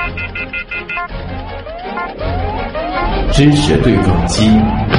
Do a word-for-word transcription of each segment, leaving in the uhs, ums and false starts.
知识对撞机。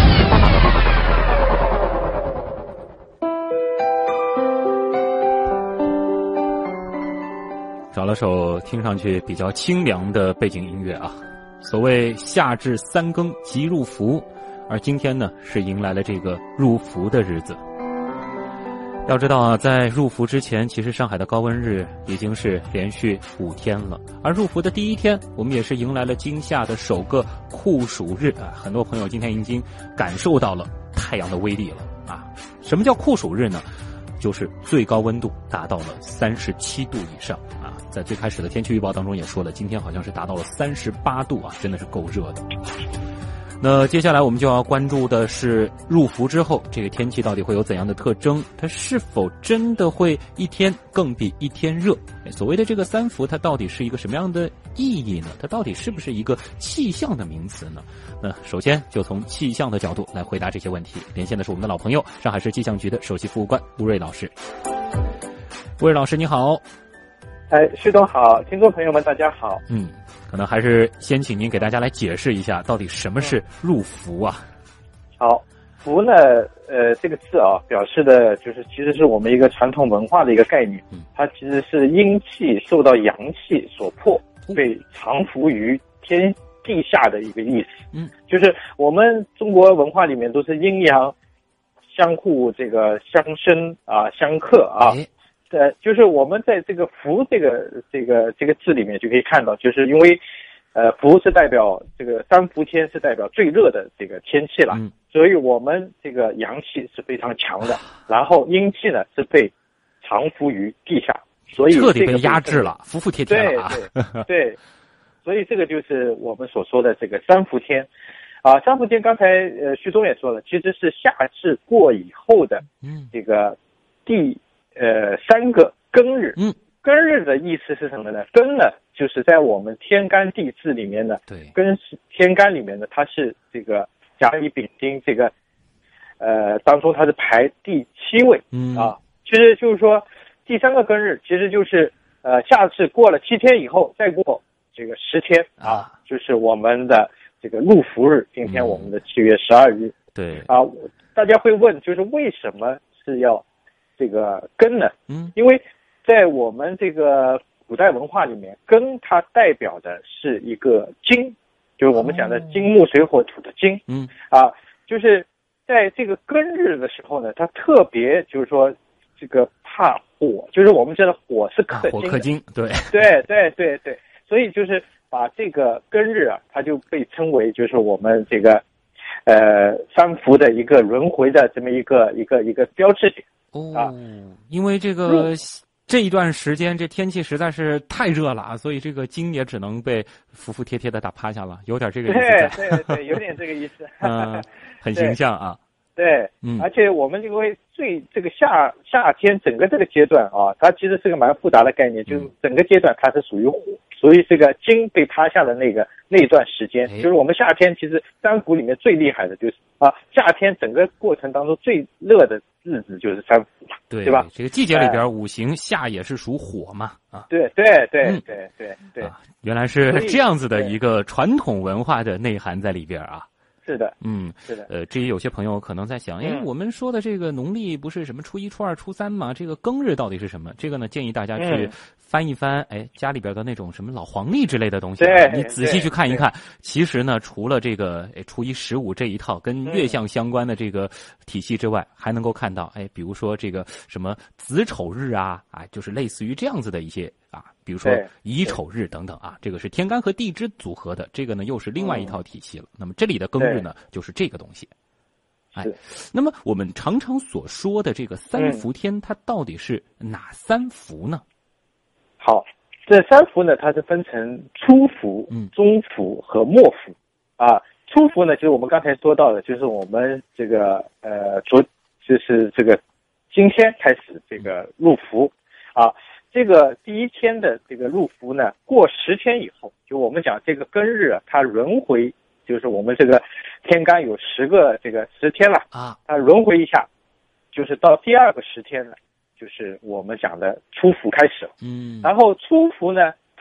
找了首听上去比较清凉的背景音乐啊，所谓夏至三更即入伏，而今天呢是迎来了这个入伏的日子。要知道啊，在入伏之前，其实上海的高温日已经是连续五天了，而入伏的第一天，我们也是迎来了今夏的首个酷暑日啊。很多朋友今天已经感受到了太阳的威力了啊。什么叫酷暑日呢？就是最高温度达到了三十七度以上啊。在最开始的天气预报当中也说了，今天好像是达到了三十八度啊，真的是够热的。那接下来我们就要关注的是入伏之后这个天气到底会有怎样的特征，它是否真的会一天更比一天热。所谓的这个三伏它到底是一个什么样的意义呢？它到底是不是一个气象的名词呢？那首先就从气象的角度来回答这些问题。连线的是我们的老朋友，上海市气象局的首席服务官吴瑞老师。吴瑞老师你好。 哎，旭东好，听众朋友们大家好。 嗯，可能还是先请您给大家来解释一下，到底什么是入伏啊？ 好，伏呢，呃，这个字啊，表示的就是其实是我们一个传统文化的一个概念，嗯、它其实是阴气受到阳气所迫，被藏伏于天地下的一个意思。嗯，就是我们中国文化里面都是阴阳相互这个相生啊，相克啊。哎呃，就是我们在这个伏这个这个这个字里面就可以看到，就是因为，呃，伏是代表这个三伏天是代表最热的这个天气了，嗯、所以我们这个阳气是非常强的，然后阴气呢是被藏伏于地下，所以彻底被压制了，服服帖帖了啊。 对对对，所以这个就是我们所说的这个三伏天，啊，三伏天刚才呃徐总也说了，其实是夏至过以后的这个第。呃，三个庚日，嗯，庚日的意思是什么呢？庚呢，就是在我们天干地支里面呢，对，庚是天干里面呢，它是这个甲乙丙丁这个，呃，当中它是排第七位，嗯啊，其实就是说第三个庚日，其实就是呃夏至过了七天以后，再过这个十天啊，就是我们的这个入伏日，今天我们的七月十二日， 对啊，大家会问，就是为什么是要这个庚呢？嗯，因为在我们这个古代文化里面，庚它代表的是一个金，就是我们讲的金木水火土的金。嗯，啊，就是在这个庚日的时候呢，它特别就是说这个怕火，就是我们知道火是克金的， 火克金，对， 对对对对，所以就是把这个庚日啊，它就被称为就是我们这个呃三伏的一个轮回的这么一个一个一个标志点。 哦，啊，因为这个这一段时间这天气实在是太热了啊，所以这个金也只能被服服帖帖的打趴下了，有点这个意思在。 对对对，有点这个意思。 嗯，很形象啊。 对，嗯，而且我们因为最这个夏夏天整个这个阶段啊，它其实是个蛮复杂的概念，就是整个阶段它是属于火，所以这个金被趴下的那个那一段时间，就是我们夏天其实三伏里面最厉害的就是啊，夏天整个过程当中最热的日子就是三伏嘛， 对对吧？ 这个季节里边五行夏也是属火嘛，啊， 对对对对对对， 啊，原来是这样子的一个传统文化的内涵在里边啊。 是的， 嗯， 是的， 呃，至于有些朋友可能在想，哎，嗯，我们说的这个农历不是什么初一、初二、初三吗？这个庚日到底是什么？这个呢，建议大家去翻一翻，嗯，哎，家里边的那种什么老黄历之类的东西，啊，你仔细去看一看。其实呢，除了这个哎初一十五这一套跟月相相关的这个体系之外，嗯，还能够看到，哎，比如说这个什么子丑日啊，啊，就是类似于这样子的一些啊。比如说乙丑日等等啊，这个是天干和地支组合的，这个呢又是另外一套体系了。嗯，那么这里的庚日呢，就是这个东西。哎，那么我们常常所说的这个三伏天，嗯，它到底是哪三伏呢？ 好，这三伏呢，它是分成初伏、嗯、中伏和末伏。啊，初伏呢，就是我们刚才说到的，就是我们这个呃昨就是这个今天开始这个入伏啊。这个第一天的这个入伏呢，过十天以后，就我们讲这个庚日啊，它轮回，就是我们这个天干有十个这个十天了啊，它轮回一下，就是到第二个十天了，就是我们讲的初伏开始了。嗯，然后初伏呢，它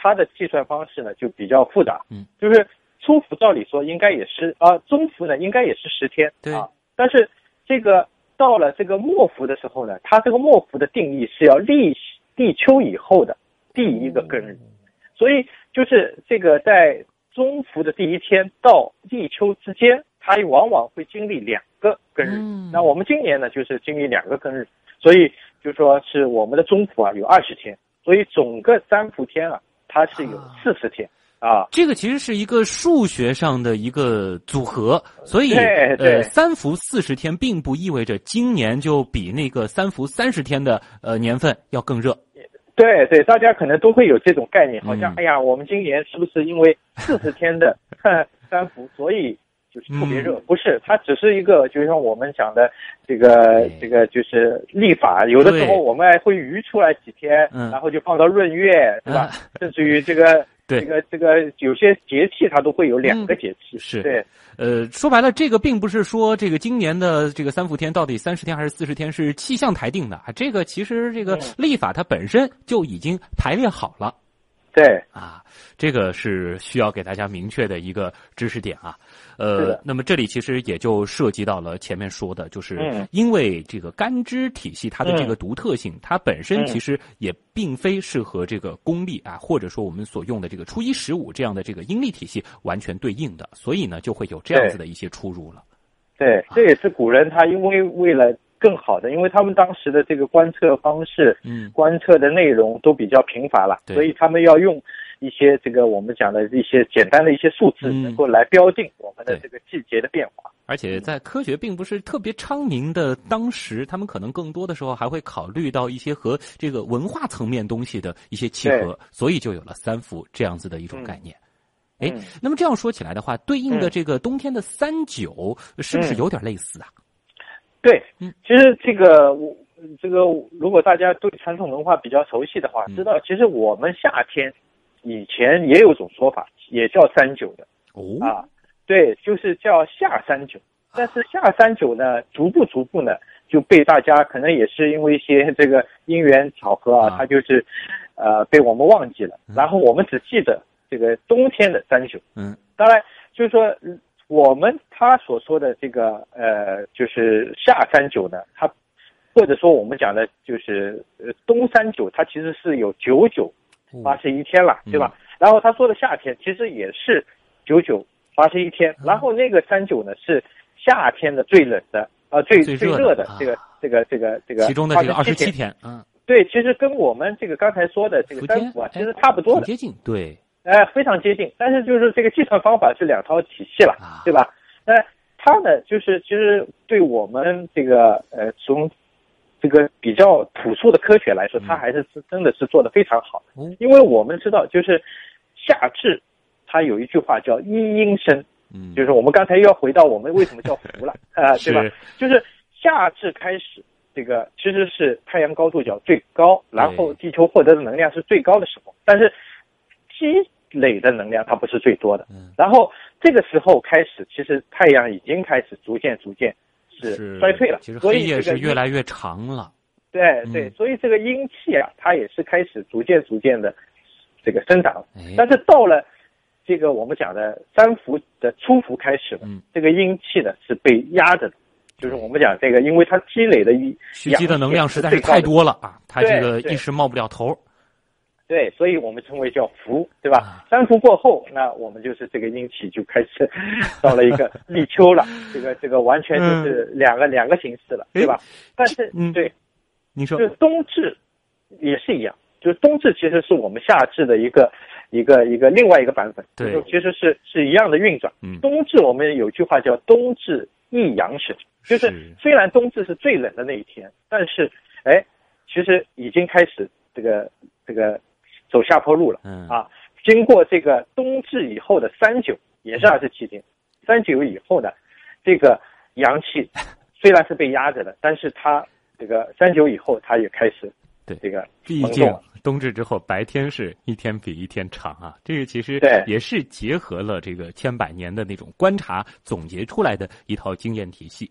它的计算方式呢就比较复杂， 嗯， 就是初伏照理说应该也是啊、呃，中伏呢应该也是十天， 对啊，但是这个到了这个末伏的时候呢，它这个末伏的定义是要立立秋以后的第一个庚日，所以就是这个在中伏的第一天到立秋之间，它往往会经历两个庚日。 嗯、 那我们今年呢，就是经历两个庚日，所以就说是我们的中伏啊有二十天，所以总个三伏天啊，它是有四十天。啊， 这个其实是一个数学上的一个组合，所以对对呃，三伏四十天并不意味着今年就比那个三伏三十天的呃年份要更热。 对对，大家可能都会有这种概念，好像、 嗯、 哎呀，我们今年是不是因为四十天的三伏，所以就是特别热？嗯、不是，它只是一个，就像我们讲的这个这个就是历法，有的时候我们还会余出来几天， 嗯、 然后就放到闰月，是吧？嗯、甚至于这个。 对， 这个这个有些节气它都会有两个节气， 嗯、是对， 呃，说白了，这个并不是说这个今年的这个三伏天到底三十天还是四十天是气象台定的啊，这个其实这个历法它本身就已经排列好了。 对啊，这个是需要给大家明确的一个知识点啊。呃，那么这里其实也就涉及到了前面说的，就是因为这个干支体系它的这个独特性，嗯、它本身其实也并非是和这个公历啊，或者说我们所用的这个初一十五这样的这个阴历体系完全对应的，所以呢就会有这样子的一些出入了。 对，这也是古人他因为为了更好的，因为他们当时的这个观测方式、嗯，观测的内容都比较贫乏了，所以他们要用一些这个我们讲的一些简单的一些数字，能够来标定我们的这个季节的变化。 而且在科学并不是特别昌明的当时，他们可能更多的时候还会考虑到一些和这个文化层面东西的一些契合，所以就有了三伏这样子的一种概念。哎、嗯，那么这样说起来的话，对应的这个冬天的三九是不是有点类似啊？ 嗯对，其实这个我这个如果大家对传统文化比较熟悉的话，知道其实我们夏天以前也有种说法，也叫三九的。 哦啊，对，就是叫夏三九。但是夏三九呢，逐步逐步呢就被大家可能也是因为一些这个因缘巧合啊，它就是呃被我们忘记了。然后我们只记得这个冬天的三九。 嗯， 当然就是说。我们他所说的这个呃，就是夏三九呢，它或者说我们讲的就是呃冬三九，它其实是有九九八十一天了， 嗯、 对吧？然后他说的夏天其实也是九九八十一天， 嗯、 然后那个三九呢是夏天的最冷的啊、呃、最最最热的这个、啊、这个这个这个其中的这个二十七天，嗯， 对，其实跟我们这个刚才说的这个三伏啊，其实差不多的， 接近，对。 哎，非常接近，但是就是这个计算方法是两套体系了，对吧？那它呢，就是其实对我们这个呃从这个比较朴素的科学来说，它还是真的是做得非常好。因为我们知道，就是夏至，它有一句话叫一阴生，嗯，就是我们刚才又要回到我们为什么叫伏了啊、呃，对吧？就是夏至开始，这个其实是太阳高度角最高，然后地球获得的能量是最高的时候，但是积累的能量它不是最多的，嗯，然后这个时候开始，其实太阳已经开始逐渐逐渐是衰退了， 其实黑夜是越来越长了。 对对、嗯，所以这个阴气啊，它也是开始逐渐逐渐的这个生长。 哎、 但是到了这个我们讲的三伏的初伏开始了， 嗯， 这个阴气呢是被压着的，就是我们讲这个，因为它积累的蓄积的能量实在是太多了啊，它这个一时冒不了头。 对，所以我们称为叫伏，对吧？三伏过后，那我们就是这个阴气就开始到了一个立秋了，这个这个完全就是两个、嗯、两个形式了，对吧？但是， 嗯， 对， 你说， 就是冬至也是一样，就是冬至其实是我们夏至的一个一个一个另外一个版本， 对， 其实是是一样的运转。 嗯， 冬至我们有句话叫冬至一阳生，就是虽然冬至是最冷的那一天，但是哎，其实已经开始这个这个。走下坡路了， 嗯啊，经过这个冬至以后的三九，也是二十七天，三九以后呢，这个阳气虽然是被压着的，但是它这个三九以后，它也开始对这个毕竟冬至之后白天是一天比一天长啊，这个其实也是结合了这个千百年的那种观察总结出来的一套经验体系。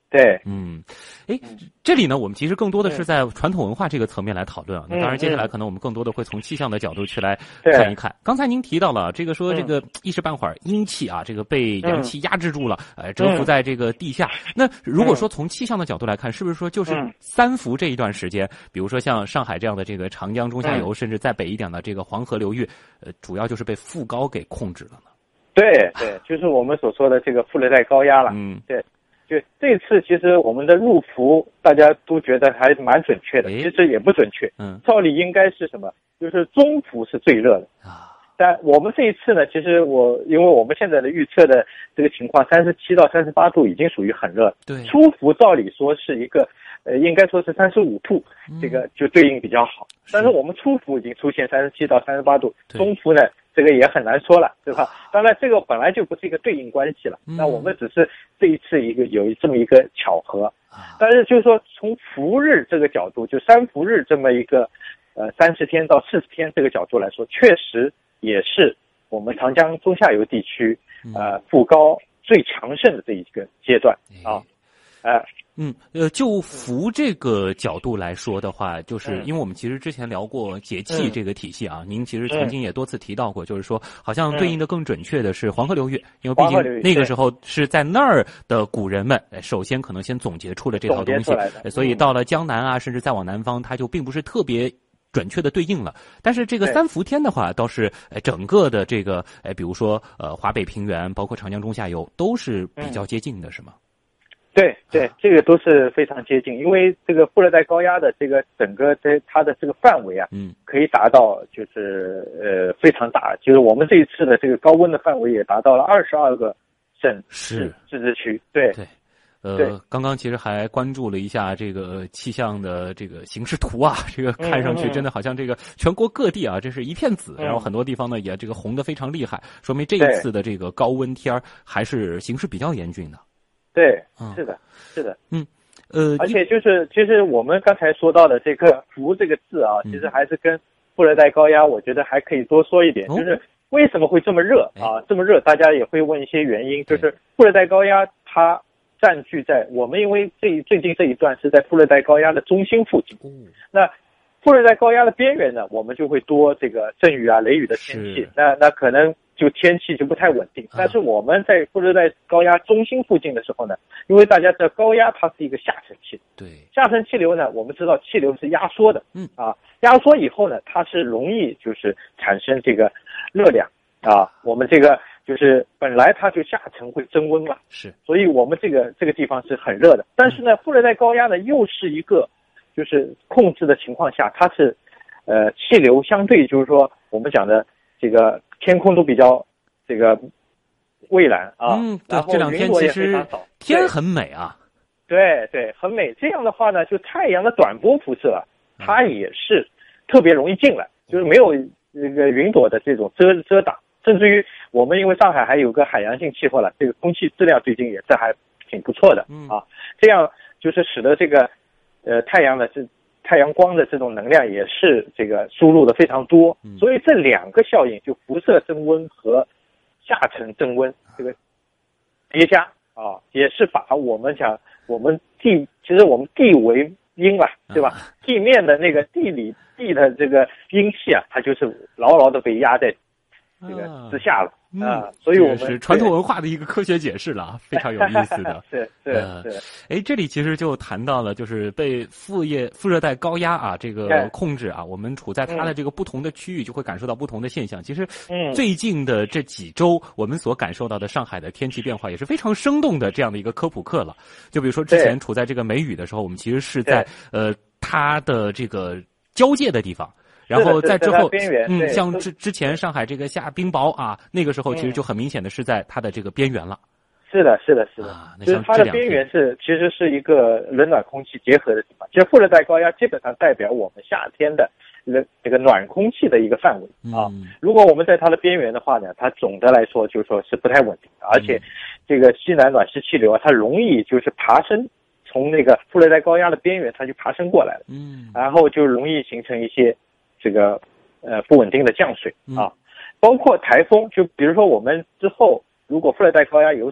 对， 嗯，哎，这里呢，我们其实更多的是在传统文化这个层面来讨论啊。那当然，接下来可能我们更多的会从气象的角度去来看一看。刚才您提到了这个说这个一时半会儿阴气啊，这个被阳气压制住了，呃，蛰伏在这个地下。那如果说从气象的角度来看，是不是说就是三伏这一段时间，比如说像上海这样的这个长江中下游，甚至再北一点的这个黄河流域，呃，主要就是被副高给控制了呢？ 对对，就是我们所说的这个副热带高压了。嗯，对。就这次，其实我们的入伏，大家都觉得还蛮准确的，其实也不准确。嗯，照理应该是什么？就是中伏是最热的啊。但我们这一次呢，其实我因为我们现在的预测的这个情况，三十七到三十八度已经属于很热。对，初伏照理说是一个，呃，应该说是三十五度，这个就对应比较好。但是我们初伏已经出现三十七到三十八度，中伏呢？这个也很难说了，对吧？当然，这个本来就不是一个对应关系了。那我们只是这一次一个有这么一个巧合，但是就是说从伏日这个角度，就三伏日这么一个呃三十天到四十天这个角度来说，确实也是我们长江中下游地区呃副高最强盛的这一个阶段啊，呃。 嗯，呃，就伏这个角度来说的话，就是因为我们其实之前聊过节气这个体系啊，嗯、您其实曾经也多次提到过，就是说好像对应的更准确的是黄河流域，因为毕竟那个时候是在那儿的古人们，首先可能先总结出了这套东西，所以到了江南啊，甚至再往南方，它就并不是特别准确的对应了。但是这个三伏天的话，倒是呃整个的这个呃，比如说呃华北平原，包括长江中下游，都是比较接近的，是吗？ 对对，这个都是非常接近，因为这个副热带高压的这个整个的它的这个范围啊，嗯，可以达到就是呃非常大，就是我们这一次的这个高温的范围也达到了二十二个省市自治区，对对。呃，刚刚其实还关注了一下这个气象的这个形势图啊，这个看上去真的好像这个全国各地啊，这是一片紫，然后很多地方呢也这个红得非常厉害，说明这一次的这个高温天还是形势比较严峻的。 对，是的，是的， 嗯，呃， 而且就是其实我们刚才说到的这个“伏”这个字啊，其实还是跟副热带高压，我觉得还可以多说一点，哦、就是为什么会这么热啊？这么热，大家也会问一些原因，就是副热带高压它占据在我们因为这最近这一段是在副热带高压的中心附近，嗯，那副热带高压的边缘呢，我们就会多这个阵雨啊、雷雨的天气，那那可能。就天气就不太稳定，但是我们在副热带高压中心附近的时候呢，因为大家知道高压它是一个下沉气， 对， 下沉气流呢，我们知道气流是压缩的，嗯啊，压缩以后呢，它是容易就是产生这个热量啊，我们这个就是本来它就下沉会增温嘛， 是， 所以我们这个这个地方是很热的，但是呢，副热带高压呢又是一个就是控制的情况下，它是呃气流相对就是说我们讲的这个。天空都比较这个蔚蓝啊， 嗯，对，这两天其实天很美啊， 对对，很美。这样的话呢，就太阳的短波辐射啊，它也是特别容易进来，就是没有这个云朵的这种遮遮挡，甚至于我们因为上海还有个海洋性气候了，这个空气质量最近也是还挺不错的啊，这样就是使得这个呃太阳的这。太阳光的这种能量也是这个输入的非常多，所以这两个效应就辐射增温和下沉增温这个叠加啊，也是把我们讲我们地其实我们地为阴嘛，对吧？地面的那个地理地的这个阴气啊，它就是牢牢的被压在这个之下了。啊、嗯， 所以我们是传统文化的一个科学解释了，非常有意思的。 是是呃，哎，这里其实就谈到了，就是被副热副热带高压啊这个控制啊，我们处在它的这个不同的区域，就会感受到不同的现象。其实，嗯，最近的这几周，我们所感受到的上海的天气变化也是非常生动的这样的一个科普课了。就比如说之前处在这个梅雨的时候，我们其实是在呃它的这个交界的地方。然后在之后，嗯，像之之前上海这个下冰雹啊，那个时候其实就很明显的是在它的这个边缘了。 是的，是的，是的，啊、就是它的边缘是其实是一个冷暖空气结合的地方。其实副热带高压基本上代表我们夏天的这这个暖空气的一个范围啊。嗯、如果我们在它的边缘的话呢，它总的来说就是说是不太稳定的，而且这个西南暖湿气流啊，它容易就是爬升。从那个副热带高压的边缘，它就爬升过来了，嗯，然后就容易形成一些这个呃不稳定的降水啊，包括台风，就比如说我们之后如果副热带高压有所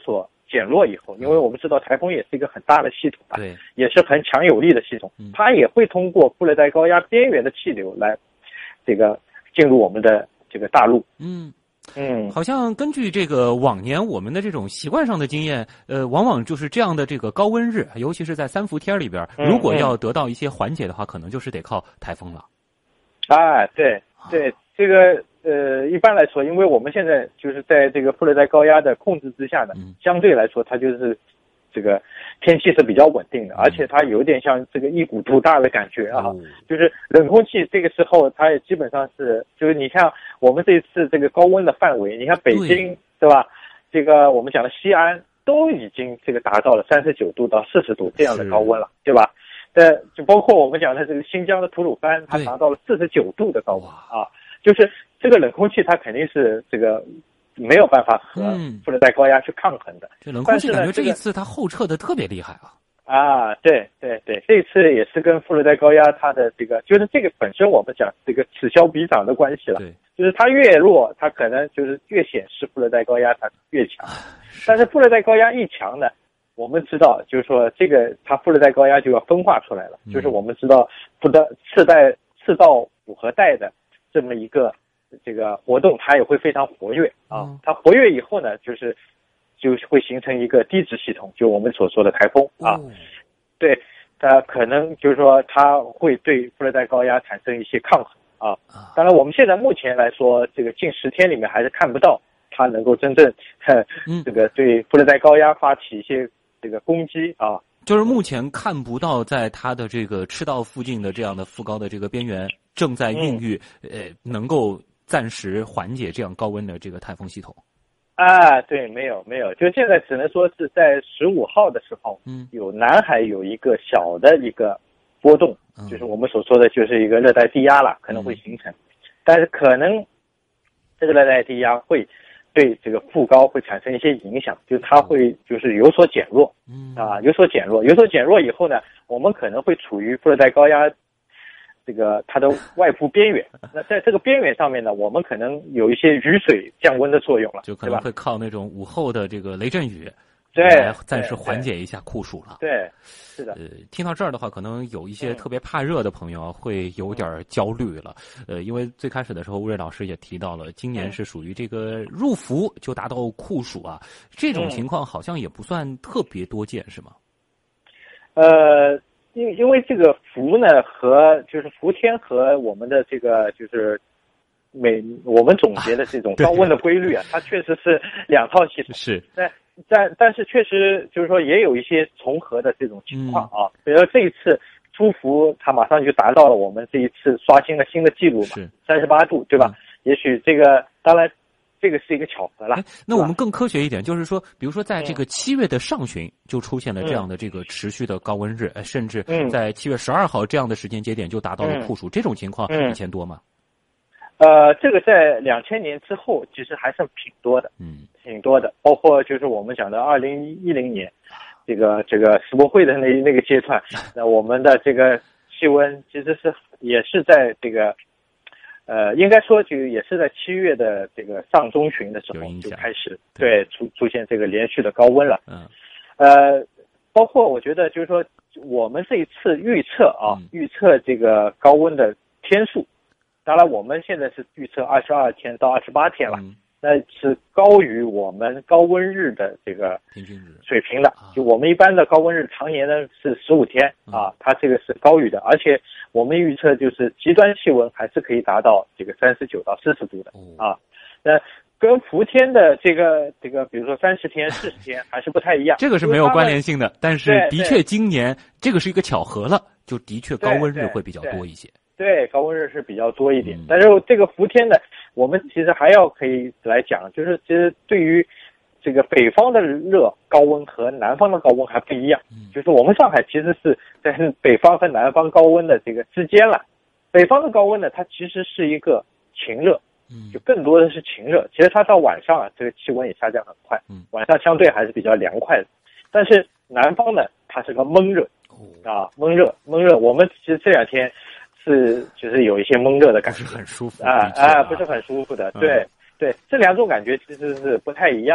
减弱以后，因为我们知道台风也是一个很大的系统啊， 对， 也是很强有力的系统，它也会通过副热带高压边缘的气流来这个进入我们的这个大陆。 嗯。 嗯， 好像根据这个往年我们的这种习惯上的经验，呃，往往就是这样的这个高温日，尤其是在三伏天里边，如果要得到一些缓解的话，可能就是得靠台风了。 啊，对对，这个呃，一般来说，因为我们现在就是在这个副热带高压的控制之下呢， 嗯、 相对来说它就是这个天气是比较稳定的，而且它有点像这个一股独大的感觉啊， 哦、 就是冷空气这个时候它也基本上是，就是你像我们这一次这个高温的范围，你看北京对吧？这个我们讲的西安都已经这个达到了三十九度到四十度这样的高温了，对吧？呃，就包括我们讲的这个新疆的吐鲁番，它达到了四十九度的高温啊，就是这个冷空气它肯定是这个没有办法和副热带高压去抗衡的。 这、嗯、冷空气感觉这一次它后撤的特别厉害啊！ 啊，对对对，这一次也是跟副热带高压它的这个，就是这个本身我们讲这个此消彼长的关系了。 对， 就是它越弱，它可能就是越显示副热带高压它越强，但是副热带高压一强呢，我们知道就是说这个它副热带高压就要分化出来了，嗯、就是我们知道副的次带次到符合带的这么一个这个活动，它也会非常活跃啊。嗯、它活跃以后呢，就是就会形成一个低值系统，就我们所说的台风啊。嗯、对，它可能就是说它会对副热带高压产生一些抗衡。啊，当然，我们现在目前来说，这个近十天里面还是看不到它能够真正，呵这个对副热带高压发起一些这个攻击啊。 就是目前看不到在它的这个赤道附近的这样的副高的这个边缘正在孕育，嗯、呃，能够暂时缓解这样高温的这个台风系统。 啊，对，没有没有，就现在只能说是在十五号的时候，嗯，有南海有一个小的一个波动。就是我们所说的，就是一个热带低压了，可能会形成，嗯、但是可能这个热带低压会对这个副高会产生一些影响，就是它会就是有所减弱，嗯啊，有所减弱，有所减弱以后呢，我们可能会处于副热带高压这个它的外部边缘。那在这个边缘上面呢，我们可能有一些雨水降温的作用了， 就可能会靠那种午后的这个雷阵雨。 对， 来暂时缓解一下酷暑了。 对，是的。 呃，听到这儿的话，可能有一些特别怕热的朋友会有点焦虑了。嗯、呃，因为最开始的时候，吴瑞老师也提到了，今年是属于这个入伏就达到酷暑啊，这种情况好像也不算特别多见，是吗？ 呃，因因为这个伏呢和就是伏天和我们的这个就是每我们总结的这种高温的规律啊，它确实是两套系统。 是。 但但但是确实就是说也有一些重合的这种情况啊，比如说这一次出伏，它马上就达到了我们这一次刷新了新的记录嘛，三十八度，对吧？嗯、也许这个当然这个是一个巧合了。 那我们更科学一点，就是说，比如说在这个七月的上旬就出现了这样的这个持续的高温日，嗯、甚至在七月十二号这样的时间节点就达到了酷暑，嗯、这种情况以前多吗？ 呃，这个在两千年之后其实还是挺多的，嗯，挺多的，包括就是我们讲的二零一零年，这个这个世博会的那那个阶段，那我们的这个气温其实是也是在这个，呃，应该说就也是在七月的这个上中旬的时候就开始对出出现这个连续的高温了，嗯，呃，包括我觉得就是说我们这一次预测啊，嗯、预测这个高温的天数。当然，我们现在是预测二十二天到二十八天了，嗯、那是高于我们高温日的这个平均值水平的。就我们一般的高温日常年呢是十五天、嗯、啊，它这个是高于的，而且我们预测就是极端气温还是可以达到这个三十九到四十度的、哦、啊。那跟伏天的这个这个，比如说三十天、四十天还是不太一样。 这个是没有关联性的，但是的确今年这个是一个巧合了，就的确高温日会比较多一些。 对，高温日是比较多一点，但是这个伏天呢，我们其实还要可以来讲，就是其实对于这个北方的热高温和南方的高温还不一样，就是我们上海其实是在北方和南方高温的这个之间了。北方的高温呢，它其实是一个晴热，就更多的是晴热。其实它到晚上啊，这个气温也下降很快，晚上相对还是比较凉快的。但是南方呢，它是个闷热啊，闷热闷热。我们其实这两天。是，就是有一些闷热的感觉， 不是很舒服啊啊，不是很舒服的，对、嗯、对，这两种感觉其实是不太一样的。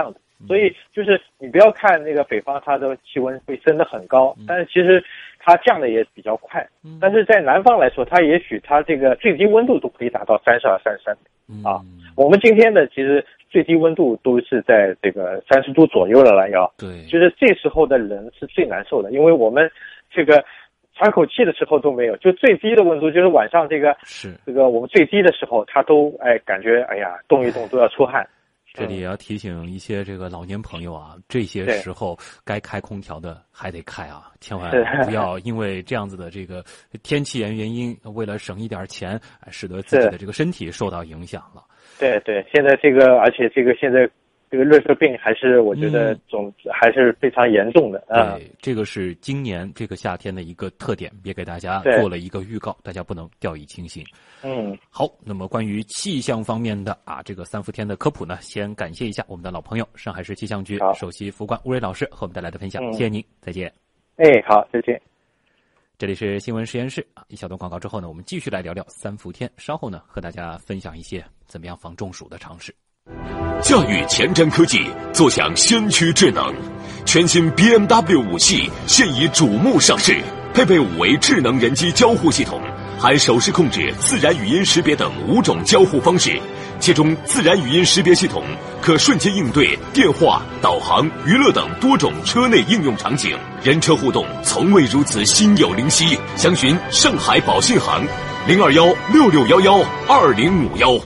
所以就是你不要看那个北方它的气温会升得很高，但是其实它降的也比较快。但是在南方来说，它也许它这个最低温度都可以达到三十二、三十三啊。我们今天的其实最低温度都是在这个三十度左右了了要。 对， 就是这时候的人是最难受的，因为我们这个喘口气的时候都没有，就最低的温度就是晚上这个是这个我们最低的时候，他都哎感觉哎呀动一动都要出汗。 这里也要提醒一些这个老年朋友啊，这些时候该开空调的还得开啊，千万不要因为这样子的这个天气原因，为了省一点钱，使得自己的这个身体受到影响了。 对对，现在这个，而且这个现在这个热射病还是我觉得总、嗯、还是非常严重的啊。 对，这个是今年这个夏天的一个特点，也给大家做了一个预告，大家不能掉以轻心。 嗯， 好，那么关于气象方面的啊，这个三伏天的科普呢，先感谢一下我们的老朋友上海市气象局首席副官吴瑞老师和我们带来的分享，嗯、谢谢您，再见。 哎，好，再见。 这里是新闻实验室啊，一小段广告之后呢，我们继续来聊聊三伏天，稍后呢和大家分享一些怎么样防中暑的常识。 驾驭前瞻科技，坐享先驱智能，全新 B M W 五系现已瞩目上市，配备五维智能人机交互系统，含手势控制、自然语音识别等五种交互方式。其中自然语音识别系统可瞬间应对电话、导航、娱乐等多种车内应用场景，人车互动从未如此心有灵犀。详询上海宝信行零二幺六六幺幺二零五幺。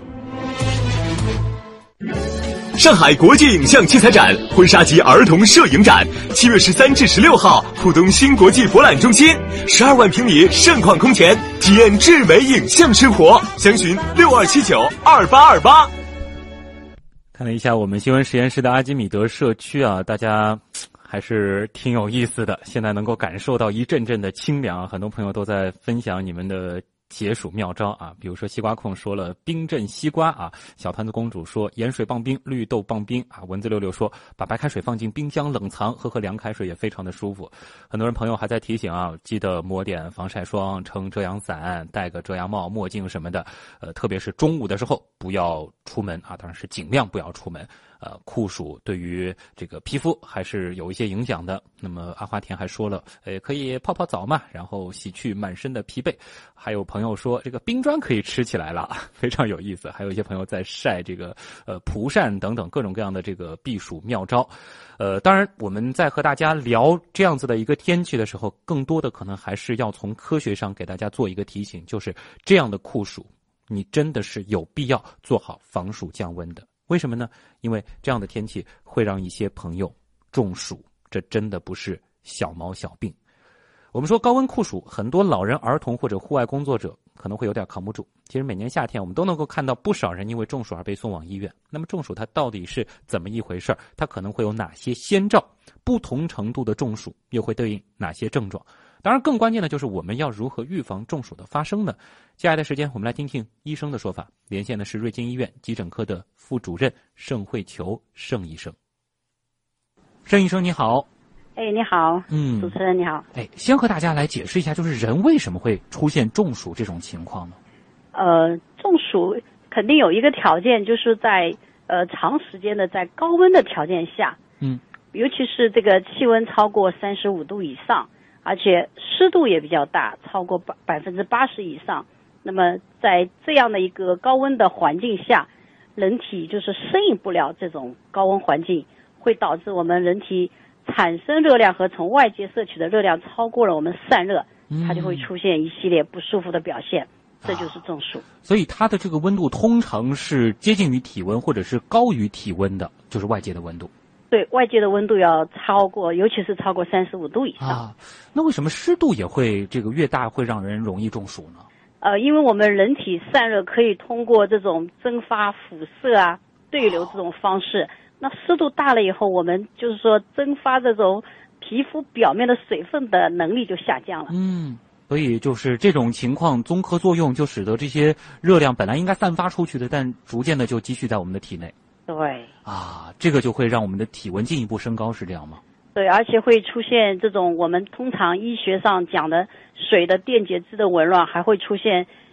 上海国际影像器材展婚纱及儿童摄影展，七月十三至十六号，浦东新国际博览中心，十二万平米盛况空前，体验至美影像生活。详询六二七九二八二八。 看了一下我们新闻实验室的阿基米德社区啊，大家还是挺有意思的。现在能够感受到一阵阵的清凉，很多朋友都在分享你们的解暑妙招啊，比如说西瓜控说了冰镇西瓜啊，小团子公主说盐水棒冰、绿豆棒冰啊，蚊子六六说把白开水放进冰箱冷藏，喝喝凉开水也非常的舒服。很多人朋友还在提醒啊，记得抹点防晒霜、撑遮阳伞、戴个遮阳帽、墨镜什么的，呃，特别是中午的时候不要出门啊，当然是尽量不要出门。呃，酷暑对于这个皮肤还是有一些影响的。那么阿华田还说了，呃，可以泡泡澡嘛，然后洗去满身的疲惫。还有朋友说，这个冰砖可以吃起来了，非常有意思。还有一些朋友在晒这个呃蒲扇等等各种各样的这个避暑妙招。呃，当然我们在和大家聊这样子的一个天气的时候，更多的可能还是要从科学上给大家做一个提醒，就是这样的酷暑，你真的是有必要做好防暑降温的。为什么呢？因为这样的天气会让一些朋友中暑，这真的不是小毛小病。我们说高温酷暑，很多老人、儿童或者户外工作者可能会有点扛不住。其实每年夏天我们都能够看到不少人因为中暑而被送往医院。那么中暑它到底是怎么一回事？它可能会有哪些先兆？不同程度的中暑又会对应哪些症状？当然更关键的就是我们要如何预防中暑的发生呢？接下来的时间我们来听听医生的说法。连线的是瑞金医院急诊科的副主任盛慧球盛医生。盛医生你好。 哎，你好， 嗯， 主持人你好。 哎，先和大家来解释一下，就是人为什么会出现中暑这种情况呢？ 呃，中暑肯定有一个条件，就是在呃长时间的在高温的条件下， 嗯， 尤其是这个气温超过三十五度以上，而且湿度也比较大，超过百百分之八十以上。那么在这样的一个高温的环境下，人体就是适应不了这种高温环境，会导致我们人体产生热量和从外界摄取的热量超过了我们散热，它就会出现一系列不舒服的表现，这就是中暑。 所以它的这个温度通常是接近于体温或者是高于体温的，就是外界的温度。 对，外界的温度要超过，尤其是超过三十五度以上。 啊，那为什么湿度也会这个越大会让人容易中暑呢？ 呃，因为我们人体散热可以通过这种蒸发、辐射啊、对流这种方式。那湿度大了以后，我们就是说蒸发这种皮肤表面的水分的能力就下降了。 嗯，所以就是这种情况综合作用，就使得这些热量本来应该散发出去的，但逐渐的就积蓄在我们的体内。 对。 啊，这个就会让我们的体温进一步升高，是这样吗？ 对，而且会出现这种我们通常医学上讲的水的电解质的紊乱，还会出现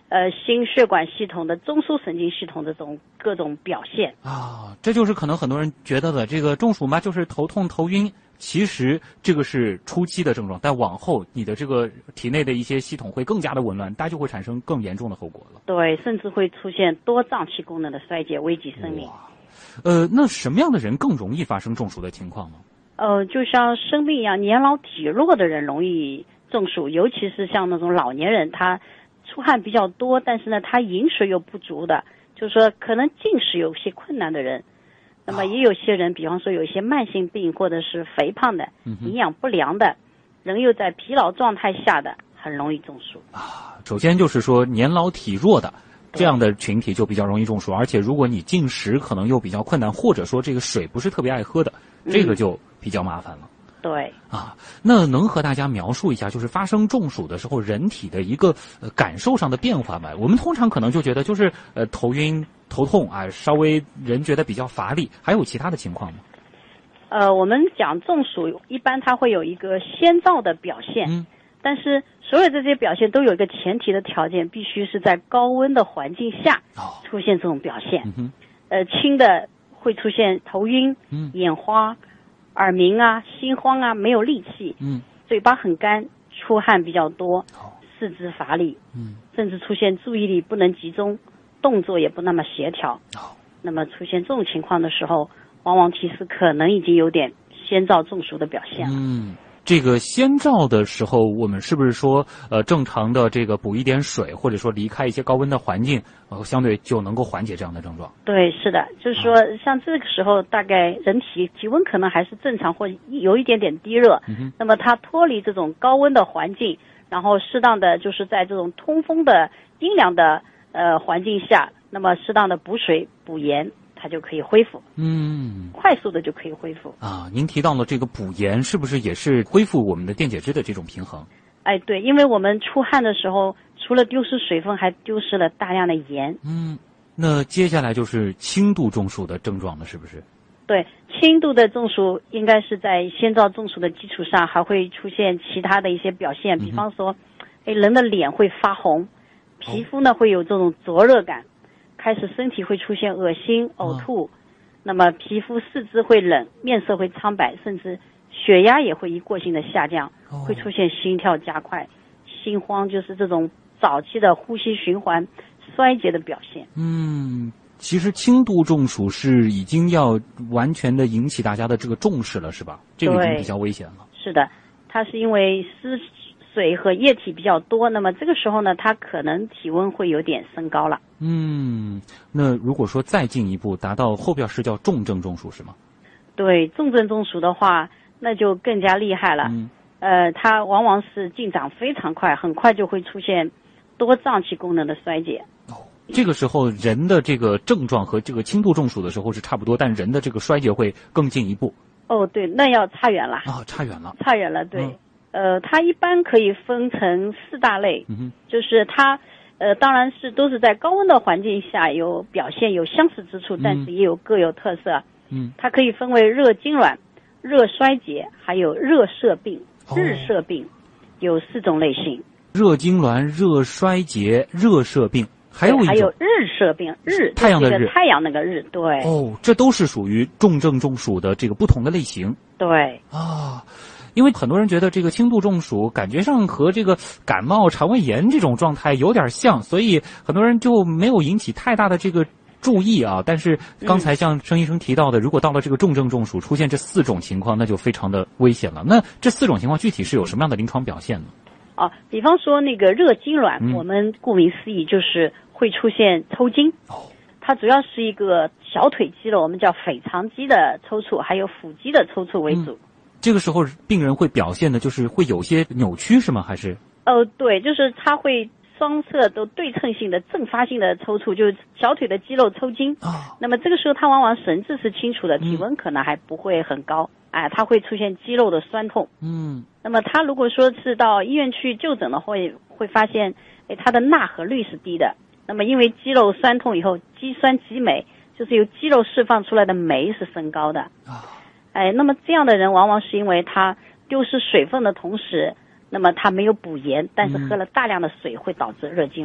呃心血管系统的中枢神经系统的这种各种表现啊。这就是可能很多人觉得的，这个中暑嘛，就是头痛头晕。其实这个是初期的症状，但往后你的这个体内的一些系统会更加的紊乱，它就会产生更严重的后果了。 对，甚至会出现多脏器功能的衰竭，危及生命。 呃，那什么样的人更容易发生中暑的情况呢？ 呃，就像生病一样，年老体弱的人容易中暑，尤其是像那种老年人，他出汗比较多，但是呢，他饮水又不足的，就是说可能进食有些困难的人。那么也有些人，比方说有一些慢性病或者是肥胖的、嗯、营养不良的，人又在疲劳状态下的，很容易中暑啊。首先就是说年老体弱的这样的群体就比较容易中暑，而且如果你进食可能又比较困难，或者说这个水不是特别爱喝的，这个就比较麻烦了。 嗯、对啊，那能和大家描述一下，就是发生中暑的时候人体的一个、呃、感受上的变化吗？我们通常可能就觉得就是呃头晕。头痛啊，稍微人觉得比较乏力，还有其他的情况吗？ 呃，我们讲中暑，一般它会有一个先兆的表现， 嗯， 但是所有这些表现都有一个前提的条件，必须是在高温的环境下出现这种表现。 哦嗯、 呃，轻的会出现头晕、 嗯、 眼花、耳鸣啊、心慌啊，没有力气， 嗯， 嘴巴很干，出汗比较多， 哦、 四肢乏力， 嗯， 甚至出现注意力不能集中。动作也不那么协调， 哦， 那么出现这种情况的时候，往往提示可能已经有点先兆中暑的表现了。 嗯，这个先兆的时候，我们是不是说，呃，正常的这个补一点水，或者说离开一些高温的环境，呃，相对就能够缓解这样的症状？ 对，是的，就是说，啊、像这个时候，大概人体体温可能还是正常或有一点点低热， 嗯、 那么它脱离这种高温的环境，然后适当的就是在这种通风的阴凉的。呃，环境下，那么适当的补水补盐，它就可以恢复。 嗯， 快速的就可以恢复。 啊，您提到了这个补盐，是不是也是恢复我们的电解质的这种平衡？ 哎，对，因为我们出汗的时候，除了丢失水分，还丢失了大量的盐。 嗯，那接下来就是轻度中暑的症状了，是不是？ 对，轻度的中暑应该是在先兆中暑的基础上，还会出现其他的一些表现，比方说，哎，人的脸会发红。皮肤呢会有这种灼热感，开始身体会出现恶心、呕吐，那么皮肤四肢会冷，面色会苍白，甚至血压也会一过性的下降，会出现心跳加快、心慌，就是这种早期的呼吸循环衰竭的表现。 嗯，其实轻度中暑是已经要完全的引起大家的这个重视了，是吧？这个已经比较危险了。 是的，它是因为湿水和液体比较多，那么这个时候呢，它可能体温会有点升高了。 嗯，那如果说再进一步达到后边是叫重症中暑是吗？ 对，重症中暑的话，那就更加厉害了。 嗯， 呃，它往往是进展非常快，很快就会出现多脏器功能的衰竭。 哦，这个时候人的这个症状和这个轻度中暑的时候是差不多，但人的这个衰竭会更进一步。 哦，对，那要差远了。 啊、哦，差远了。 差远了，对。 嗯呃，它一般可以分成四大类， 嗯哼， 就是它，呃，当然是都是在高温的环境下有表现有相似之处， 嗯、 但是也有各有特色。 嗯， 它可以分为热痉挛、热衰竭，还有热射病、日射病，哦、有四种类型。 热痉挛、热衰竭、热射病，还有一种还有日射病，日太阳的日， 太阳那个日，对。 哦，这都是属于重症中暑的这个不同的类型。 对啊。因为很多人觉得这个轻度中暑感觉上和这个感冒、肠胃炎这种状态有点像，所以很多人就没有引起太大的这个注意啊。但是刚才像申医生提到的，如果到了这个重症中暑出现这四种情况，那就非常的危险了。那这四种情况具体是有什么样的临床表现呢？ 哦，比方说那个热痉挛， 嗯、 我们顾名思义就是会出现抽筋。 哦， 它主要是一个小腿肌肉，我们叫腓肠肌的抽搐，还有腹肌的抽搐为主。 嗯，这个时候病人会表现的就是会有些扭曲是吗？还是？ 呃，对，就是他会双侧都对称性的阵发性的抽搐，就是小腿的肌肉抽筋。 啊， 那么这个时候他往往神志是清楚的，体温可能还不会很高，哎、嗯，他会出现肌肉的酸痛。 嗯， 那么他如果说是到医院去就诊的话，会会发现，哎，他的钠酌率是低的。那么因为肌肉酸痛以后，肌酸激酶，就是由肌肉释放出来的酶是升高的。 啊。 哎，那么这样的人往往是因为他丢失水分的同时，那么他没有补盐，但是喝了大量的水会导致热痉挛。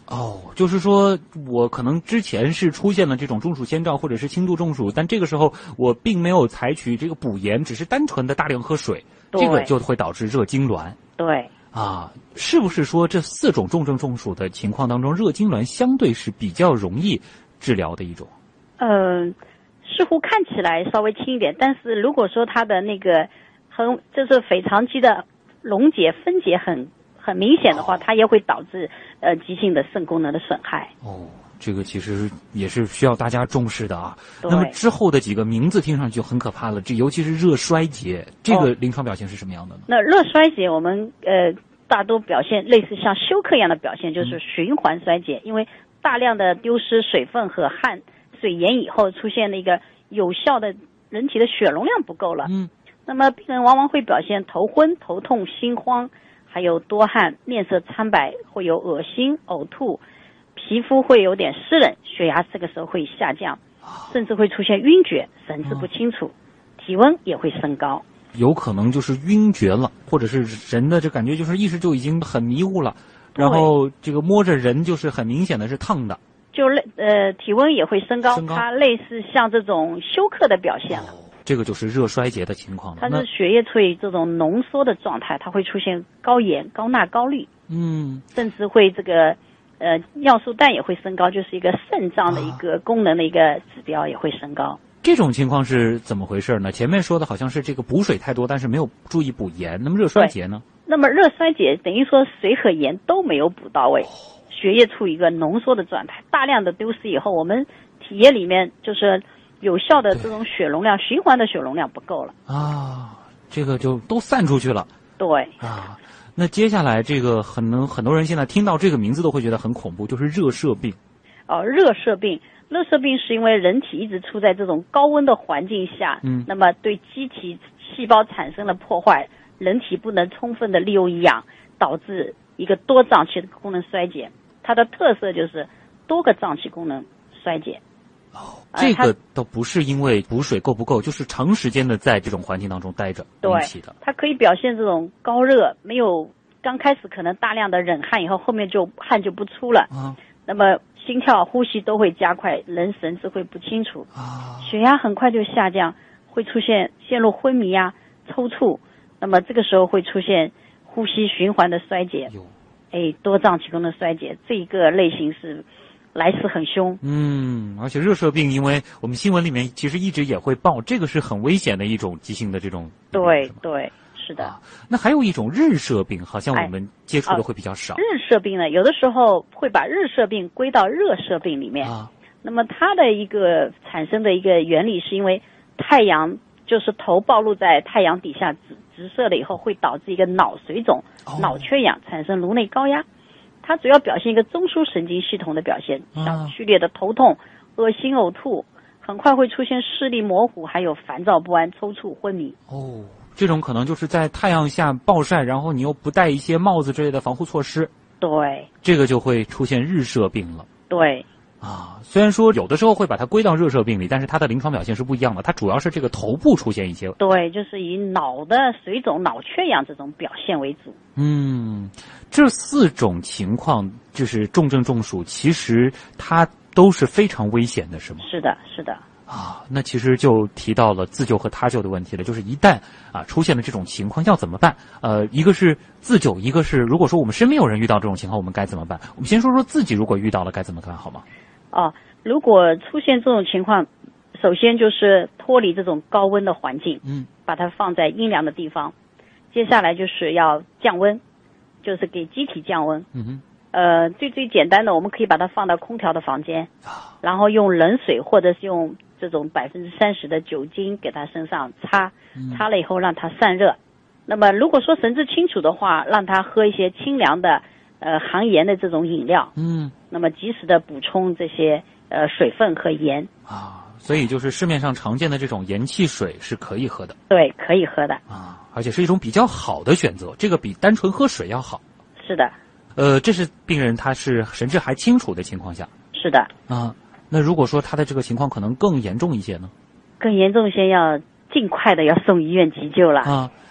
哦，就是说我可能之前是出现了这种中暑先兆或者是轻度中暑，但这个时候我并没有采取这个补盐，只是单纯的大量喝水，这个就会导致热痉挛。 对。 啊，是不是说这四种重症中暑的情况当中，热痉挛相对是比较容易治疗的一种？ 嗯、呃，似乎看起来稍微轻一点，但是如果说它的那个很就是腓肠肌的溶解分解很很明显的话，它也会导致呃急性的肾功能的损害。 哦，这个其实也是需要大家重视的啊。那么之后的几个名字听上去就很可怕了，这尤其是热衰竭，这个临床表现是什么样的呢？ 哦、那热衰竭我们呃大多表现类似像休克一样的表现，就是循环衰竭，嗯、因为大量的丢失水分和汗水盐以后，出现了一个有效的人体的血容量不够了。嗯，那么病人往往会表现头昏、头痛、心慌，还有多汗、面色苍白，会有恶心、呕吐，皮肤会有点湿冷，血压这个时候会下降，甚至会出现晕厥，神志不清楚，体温也会升高。 有可能就是晕厥了，或者是人的这感觉就是意识就已经很迷糊了，然后这个摸着人就是很明显的是烫的， 就类呃体温也会升高，升高它类似像这种休克的表现了。哦， 这个就是热衰竭的情况了。 它是血液处于这种浓缩的状态，它会出现高盐、高钠、高氯，嗯，甚至会这个呃尿素氮也会升高，就是一个肾脏的一个功能的一个指标也会升高。 这种情况是怎么回事呢？前面说的好像是这个补水太多，但是没有注意补盐。那么热衰竭呢？ 那么热衰竭等于说水和盐都没有补到位，血液处于一个浓缩的状态，大量的丢失以后，我们体液里面就是有效的这种血容量、循环的血容量不够了啊，这个就都散出去了。 对啊，那接下来这个可能很多人现在听到这个名字都会觉得很恐怖，就是热射病。 哦，热射病。热射病是因为人体一直处在这种高温的环境下，嗯，那么对机体细胞产生了破坏，人体不能充分的利用氧，导致一个多脏器的功能衰竭。它的特色就是多个脏器功能衰竭。 哦，这个倒不是因为补水够不够，就是长时间的在这种环境当中待着引起的。 它可以表现这种高热，没有刚开始可能大量的忍汗以后，后面就汗就不出了。啊，那么心跳、呼吸都会加快，人神志会不清楚，啊，血压很快就下降，会出现陷入昏迷啊、抽搐。那么这个时候会出现呼吸循环的衰竭，哎，多脏器功能衰竭，这一个类型是来势很凶。 嗯，而且热射病，因为我们新闻里面其实一直也会报，这个是很危险的一种急性的这种。 对对。是的， 啊，那还有一种日射病，好像我们接触的会比较少。 哎啊，日射病呢，有的时候会把日射病归到热射病里面。啊，那么它的一个产生的一个原理，是因为太阳就是头暴露在太阳底下直直射了以后，会导致一个脑水肿、哦、脑缺氧，产生颅内高压。它主要表现一个中枢神经系统的表现，像剧烈的头痛、恶心、呕吐，很快会出现视力模糊，还有烦躁不安、抽搐、昏迷。 哦。这种可能就是在太阳下暴晒，然后你又不戴一些帽子之类的防护措施， 对， 这个就会出现日射病了。 对， 啊，虽然说有的时候会把它归到热射病里，但是它的临床表现是不一样的。它主要是这个头部出现一些， 对，就是以脑的水肿、脑缺氧这种表现为主。 嗯，这四种情况就是重症中暑，其实它都是非常危险的，是吗？ 是的，是的。 啊，那其实就提到了自救和他救的问题了，就是一旦啊出现了这种情况要怎么办？呃，一个是自救，一个是如果说我们身边有人遇到这种情况，我们该怎么办？我们先说说自己如果遇到了该怎么办，好吗？ 哦，如果出现这种情况，首先就是脱离这种高温的环境，嗯，把它放在阴凉的地方。接下来就是要降温，就是给机体降温。嗯哼。呃，最最简单的，我们可以把它放到空调的房间，然后用冷水或者是用这种百分之三十的酒精给它身上擦，擦了以后让它散热。那么如果说神志清楚的话，让他喝一些清凉的呃含盐的这种饮料，嗯，那么及时的补充这些呃水分和盐啊。所以就是市面上常见的这种盐汽水是可以喝的， 对，可以喝的啊，而且是一种比较好的选择，这个比单纯喝水要好。 是的。 呃，这是病人他是神志还清楚的情况下。 是的。 啊，那如果说他的这个情况可能更严重一些呢？ 更严重一些，要尽快的要送医院急救了。 啊，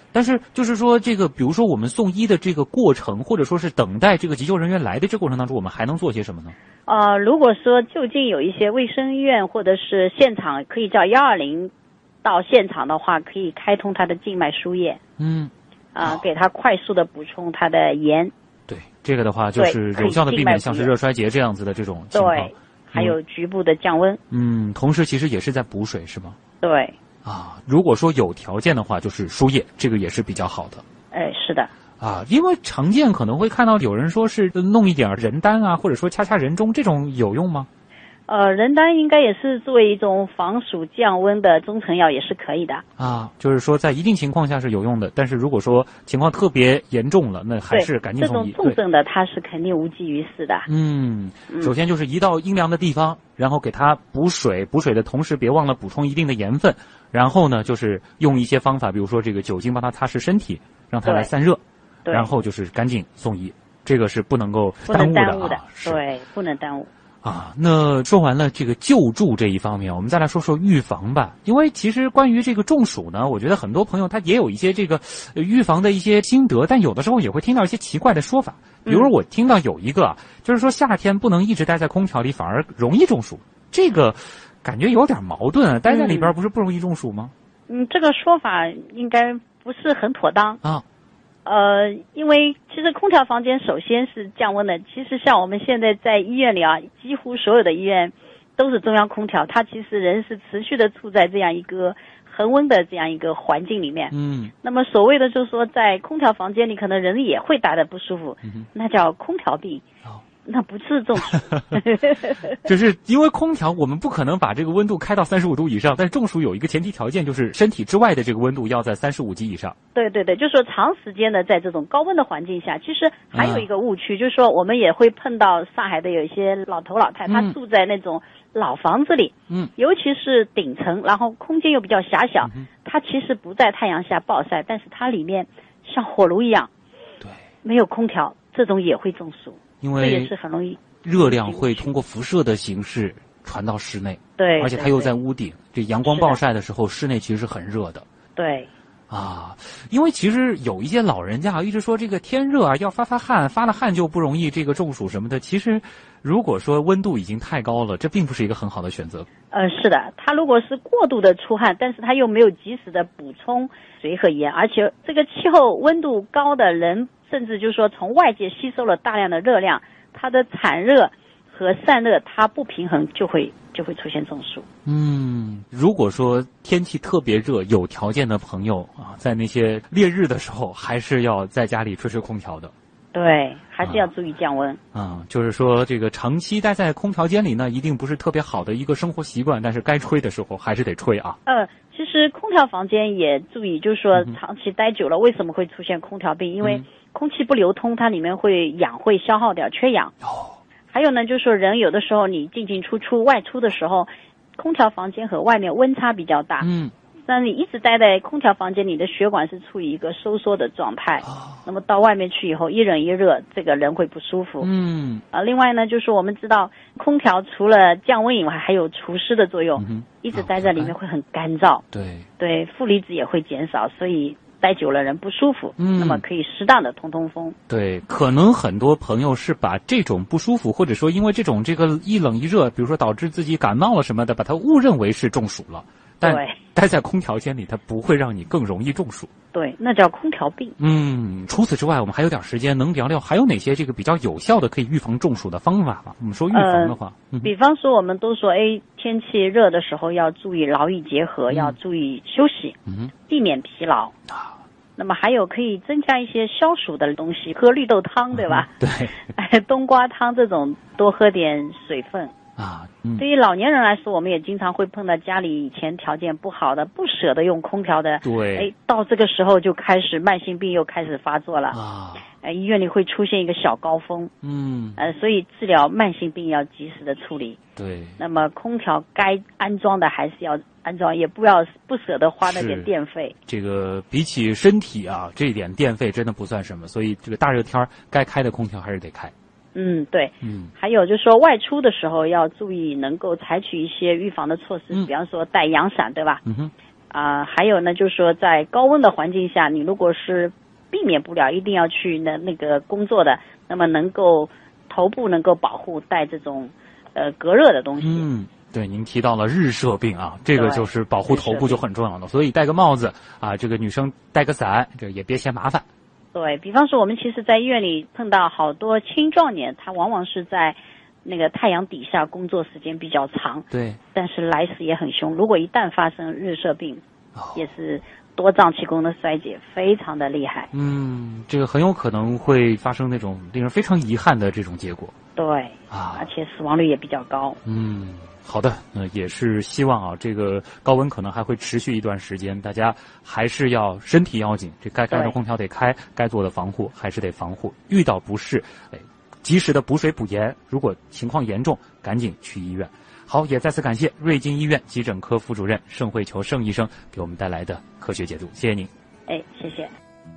但是就是说，这个比如说我们送医的这个过程，或者说是等待这个急救人员来的这个过程当中，我们还能做些什么呢？ 呃，如果说就近有一些卫生院或者是现场可以叫幺二零到现场的话，可以开通他的静脉输液， 嗯， 啊、呃，给他快速的补充他的盐。 对，这个的话就是有效的避免像是热衰竭这样子的这种情况。 对，还有局部的降温。 嗯，同时其实也是在补水，是吗？ 对。 啊，如果说有条件的话，就是输液，这个也是比较好的。 哎，是的。 啊，因为常见可能会看到有人说是弄一点人丹啊，或者说掐掐人中，这种有用吗？ 呃，人丹应该也是作为一种防暑降温的中成药，也是可以的。 啊，就是说在一定情况下是有用的，但是如果说情况特别严重了，那还是赶紧送医。 这种重症的它是肯定无济于事的。 嗯，首先就是一到阴凉的地方，然后给它补水，补水的同时别忘了补充一定的盐分，然后呢就是用一些方法，比如说这个酒精帮它擦拭身体，让它来散热，然后就是赶紧送医，这个是不能够耽误的啊， 不能耽误的，对，不能耽误。 啊，那说完了这个救助这一方面，我们再来说说预防吧。因为其实关于这个中暑呢，我觉得很多朋友他也有一些这个呃预防的一些心得，但有的时候也会听到一些奇怪的说法。比如我听到有一个啊，就是说夏天不能一直待在空调里，反而容易中暑。这个感觉有点矛盾啊，待在里边不是不容易中暑吗？ 嗯，这个说法应该不是很妥当啊。 呃，因为其实空调房间首先是降温的。其实像我们现在在医院里啊，几乎所有的医院都是中央空调，它其实人是持续的处在这样一个恒温的这样一个环境里面。 嗯。 那么所谓的就是说，在空调房间里，可能人也会待得不舒服，嗯、那叫空调病。哦。那不是中暑， 就是因为空调，我们不可能把这个温度开到三十五度以上，但是中暑有一个前提条件，就是身体之外的这个温度要在三十五级以上。 对对对，就是说长时间的在这种高温的环境下，其实还有一个误区，嗯、就是说我们也会碰到上海的有一些老头老太，他住在那种老房子里，嗯，尤其是顶层，然后空间又比较狭小，嗯、他其实不在太阳下暴晒，但是它里面像火炉一样， 对， 没有空调，这种也会中暑。 因为这也是很容易， 热量会通过辐射的形式传到室内， 对， 而且它又在屋顶，这阳光暴晒的时候，室内其实是很热的。 对， 啊，因为其实有一些老人家一直说这个天热啊，要发发汗，发了汗就不容易这个中暑什么的。其实，如果说温度已经太高了，这并不是一个很好的选择。 呃，是的，他如果是过度的出汗，但是他又没有及时的补充水和盐，而且这个气候温度高的人。甚至就是说从外界吸收了大量的热量，它的产热和散热它不平衡，就会就会出现中暑。 嗯，如果说天气特别热，有条件的朋友啊，在那些烈日的时候，还是要在家里吹吹空调的。 对，还是要注意降温。 啊、嗯，就是说这个长期待在空调间里呢，一定不是特别好的一个生活习惯，但是该吹的时候还是得吹啊。 呃，其实空调房间也注意，就是说长期待久了，为什么会出现空调病？因为空气不流通，它里面会氧会消耗掉，缺氧。 哦。 还有呢，就是说人有的时候你进进出出外出的时候，空调房间和外面温差比较大。 嗯。 那你一直待在空调房间里，的血管是处于一个收缩的状态。哦。那么到外面去以后，一冷一热，这个人会不舒服。 嗯。 啊，另外呢，就是我们知道，空调除了降温以外，还有除湿的作用。 嗯。 一直待在里面会很干燥。 对。 对，负离子也会减少，所以待久了人不舒服。 嗯。 那么可以适当的通通风。 对，可能很多朋友是把这种不舒服，或者说因为这种这个一冷一热，比如说导致自己感冒了什么的，把它误认为是中暑了。但待在空调间里，它不会让你更容易中暑。 对，那叫空调病。 嗯，除此之外，我们还有点时间，能聊聊还有哪些这个比较有效的可以预防中暑的方法吗？我们说预防的话， 呃嗯、比方说我们都说，哎，天气热的时候要注意劳逸结合， 嗯、 要注意休息， 嗯， 避免疲劳。 啊， 那么还有可以增加一些消暑的东西，喝绿豆汤，对吧？ 对， 哎，冬瓜汤这种，多喝点水分。 啊，嗯， 对于老年人来说，我们也经常会碰到家里以前条件不好的，不舍得用空调的， 对， 哎，到这个时候就开始慢性病又开始发作了啊， 哎，医院里会出现一个小高峰， 嗯， 呃，所以治疗慢性病要及时的处理。 对， 那么空调该安装的还是要安装，也不要不舍得花那点电费。 这个比起身体啊，这一点电费真的不算什么，所以这个大热天该开的空调还是得开。 嗯，对， 嗯， 还有就是说外出的时候要注意，能够采取一些预防的措施， 嗯、 比方说带阳伞，对吧？ 嗯哼， 啊、呃，还有呢，就是说在高温的环境下，你如果是避免不了一定要去那那个工作的，那么能够头部能够保护，带这种呃隔热的东西。 嗯，对，您提到了日射病啊，这个就是保护头部就很重要了，所以戴个帽子啊，这个女生带个伞，这个也别嫌麻烦。 对，比方说，我们其实在医院里碰到好多青壮年，他往往是在那个太阳底下工作时间比较长， 对， 但是来势也很凶。如果一旦发生日射病， 哦、 也是多脏器功能衰竭，非常的厉害。 嗯，这个很有可能会发生那种令人非常遗憾的这种结果。 对啊， 而且死亡率也比较高。 嗯，好的，呃，也是希望啊，这个高温可能还会持续一段时间，大家还是要身体要紧，这该开的空调得开，该做的防护还是得防护。遇到不适，哎，及时的补水补盐，如果情况严重，赶紧去医院。好，也再次感谢瑞金医院急诊科副主任盛慧球盛医生给我们带来的科学解读，谢谢您。 哎，谢谢。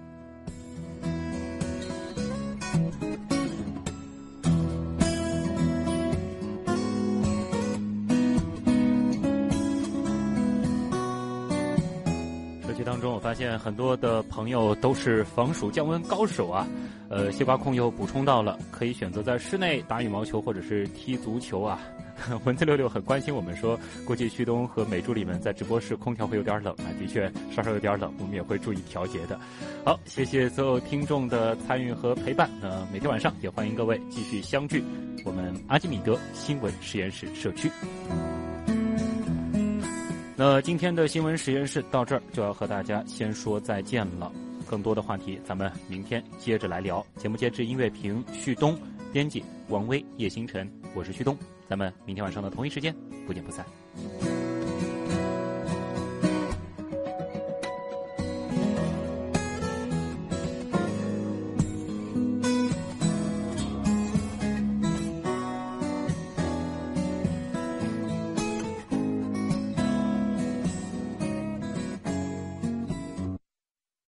社区当中，我发现很多的朋友都是防暑降温高手啊。呃，西瓜控又补充到了，可以选择在室内打羽毛球或者是踢足球啊。文字六六很关心我们说，估计旭东和美助理们在直播室空调会有点冷啊，的确稍稍有点冷，我们也会注意调节的。好，谢谢所有听众的参与和陪伴。呃，每天晚上也欢迎各位继续相聚，我们阿基米德新闻实验室社区。那今天的新闻实验室到这儿就要和大家先说再见了，更多的话题咱们明天接着来聊。节目监制音乐评旭东，编辑王威、叶星辰，我是旭东，咱们明天晚上的同一时间不见不散。